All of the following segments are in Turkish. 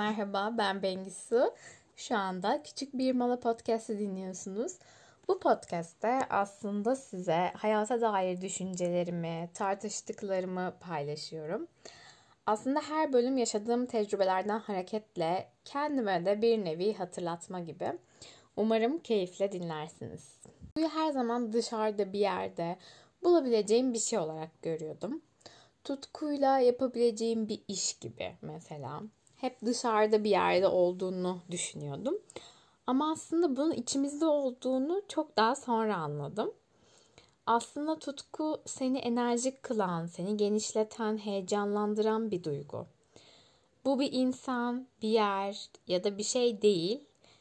Merhaba, ben Bengisu. Şu anda Küçük Bir Mola Podcast'ı dinliyorsunuz. Bu podcast'te aslında size hayata dair düşüncelerimi, tartıştıklarımı paylaşıyorum. Aslında her bölüm yaşadığım tecrübelerden hareketle kendime de bir nevi hatırlatma gibi. Umarım keyifle dinlersiniz. Bunu her zaman dışarıda bir yerde bulabileceğim bir şey olarak görüyordum. Tutkuyla yapabileceğim bir iş gibi mesela. Hep dışarıda bir yerde olduğunu düşünüyordum. Ama aslında bunun içimizde olduğunu çok daha sonra anladım. Aslında tutku seni enerjik kılan, seni genişleten, heyecanlandıran bir duygu. Bu bir insan, bir yer ya da bir şey değil.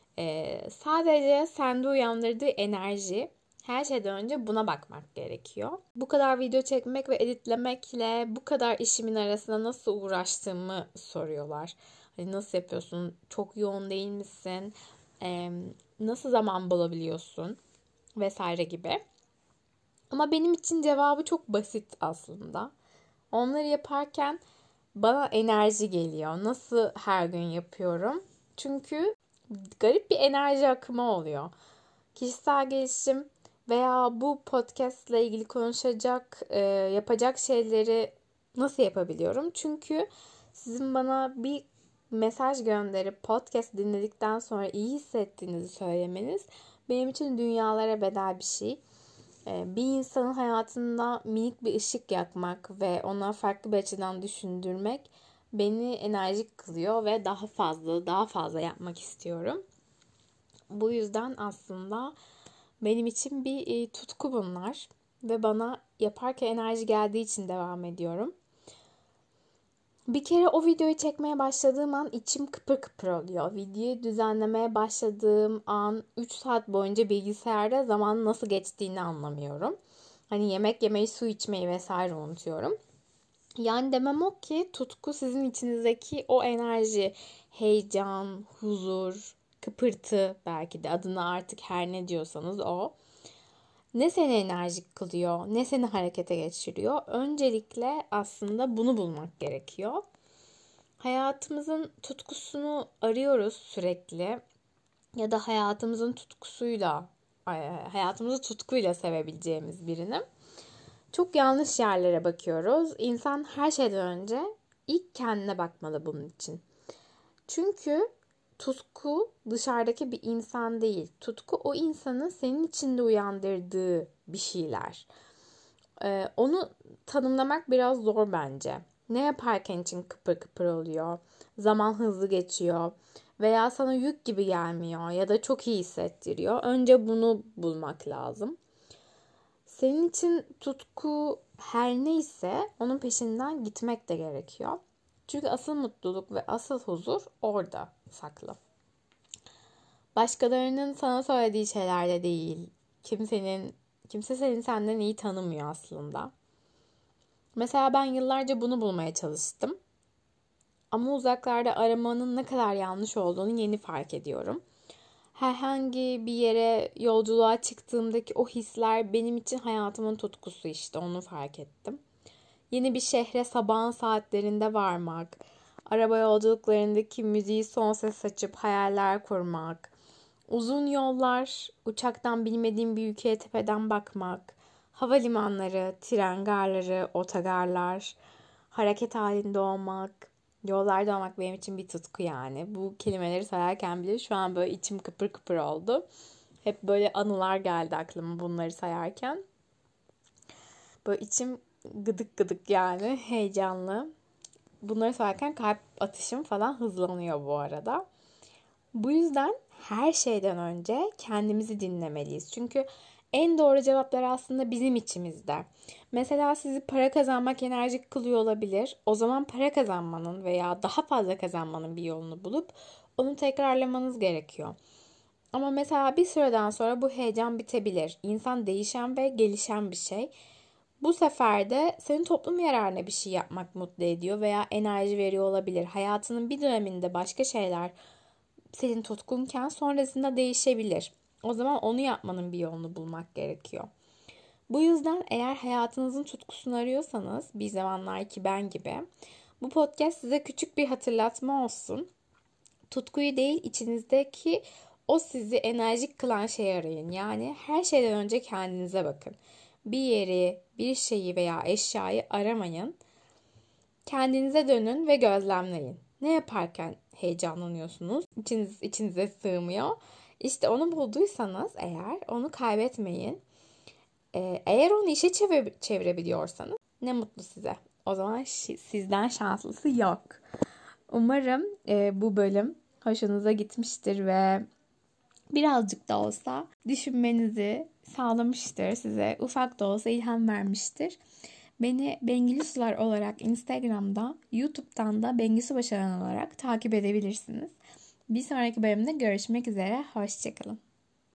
Sadece sende uyandırdığı enerji. Her şeyden önce buna bakmak gerekiyor. Bu kadar video çekmek ve editlemekle bu kadar işimin arasında nasıl uğraştığımı soruyorlar. Hani nasıl yapıyorsun? Çok yoğun değil misin? Nasıl zaman bulabiliyorsun? Vesaire gibi. Ama benim için cevabı çok basit aslında. Onları yaparken bana enerji geliyor. Nasıl her gün yapıyorum? Çünkü garip bir enerji akımı oluyor. Kişisel gelişim veya bu podcast ile ilgili konuşacak, yapacak şeyleri nasıl yapabiliyorum? Çünkü sizin bana bir mesaj gönderip podcast dinledikten sonra iyi hissettiğinizi söylemeniz benim için dünyalara bedel bir şey. Bir insanın hayatında minik bir ışık yakmak ve ona farklı bir açıdan düşündürmek beni enerjik kılıyor ve daha fazla yapmak istiyorum. Bu yüzden aslında benim için bir tutku bunlar ve bana yaparken enerji geldiği için devam ediyorum. Bir kere o videoyu çekmeye başladığım an içim kıpır kıpır oluyor. Videoyu düzenlemeye başladığım an 3 saat boyunca bilgisayarda zaman nasıl geçtiğini anlamıyorum. Hani yemek yemeyi, su içmeyi vesaire unutuyorum. Yani demem o ki tutku sizin içinizdeki o enerji, heyecan, huzur, kıpırtı belki de adına artık her ne diyorsanız o. Ne seni enerjik kılıyor, ne seni harekete geçiriyor. Öncelikle aslında bunu bulmak gerekiyor. Hayatımızın tutkusunu arıyoruz sürekli ya da hayatımızı tutkuyla sevebileceğimiz birini. Çok yanlış yerlere bakıyoruz. İnsan her şeyden önce ilk kendine bakmalı bunun için. Çünkü tutku dışarıdaki bir insan değil. Tutku o insanın senin içinde uyandırdığı bir şeyler. Onu tanımlamak biraz zor bence. Ne yaparken için kıpır kıpır oluyor. Zaman hızlı geçiyor. Veya sana yük gibi gelmiyor ya da çok iyi hissettiriyor. Önce bunu bulmak lazım. Senin için tutku her neyse onun peşinden gitmek de gerekiyor. Çünkü asıl mutluluk ve asıl huzur orada saklı. Başkalarının sana söylediği şeylerde değil. Kimse seni senden iyi tanımıyor aslında. Mesela ben yıllarca bunu bulmaya çalıştım. Ama uzaklarda aramanın ne kadar yanlış olduğunu yeni fark ediyorum. Herhangi bir yere yolculuğa çıktığımdaki o hisler benim için hayatımın tutkusu işte onu fark ettim. Yeni bir şehre sabahın saatlerinde varmak, araba yolculuklarındaki müziği son ses açıp hayaller kurmak, uzun yollar, uçaktan bilmediğim bir ülkeye tepeden bakmak, havalimanları, tren garları, otogarlar, hareket halinde olmak, yollarda olmak benim için bir tutku yani. Bu kelimeleri sayarken bile şu an böyle içim kıpır kıpır oldu. Hep böyle anılar geldi aklıma bunları sayarken. Böyle içim gıdık gıdık yani heyecanlı. Bunları sayarken kalp atışım falan hızlanıyor bu arada. Bu yüzden her şeyden önce kendimizi dinlemeliyiz. Çünkü en doğru cevaplar aslında bizim içimizde. Mesela sizi para kazanmak enerjik kılıyor olabilir. O zaman para kazanmanın veya daha fazla kazanmanın bir yolunu bulup onu tekrarlamanız gerekiyor. Ama mesela bir süreden sonra bu heyecan bitebilir. İnsan değişen ve gelişen bir şey. Bu sefer de senin toplum yararına bir şey yapmak mutlu ediyor veya enerji veriyor olabilir. Hayatının bir döneminde başka şeyler senin tutkunken sonrasında değişebilir. O zaman onu yapmanın bir yolunu bulmak gerekiyor. Bu yüzden eğer hayatınızın tutkusunu arıyorsanız bir zamanlar ki ben gibi bu podcast size küçük bir hatırlatma olsun. Tutkuyu değil, içinizdeki o sizi enerjik kılan şeyi arayın. Yani her şeyden önce kendinize bakın. Bir yeri, bir şeyi veya eşyayı aramayın. Kendinize dönün ve gözlemleyin. Ne yaparken heyecanlanıyorsunuz? İçinize sığmıyor. İşte onu bulduysanız eğer onu kaybetmeyin. Eğer onu işe çevirebiliyorsanız ne mutlu size. O zaman sizden şanslısı yok. Umarım bu bölüm hoşunuza gitmiştir ve birazcık da olsa düşünmenizi sağlamıştır. Size ufak da olsa ilham vermiştir. Beni Bengili Sular olarak Instagram'da, YouTube'dan da Bengisu Başaran olarak takip edebilirsiniz. Bir sonraki bölümde görüşmek üzere. Hoşçakalın.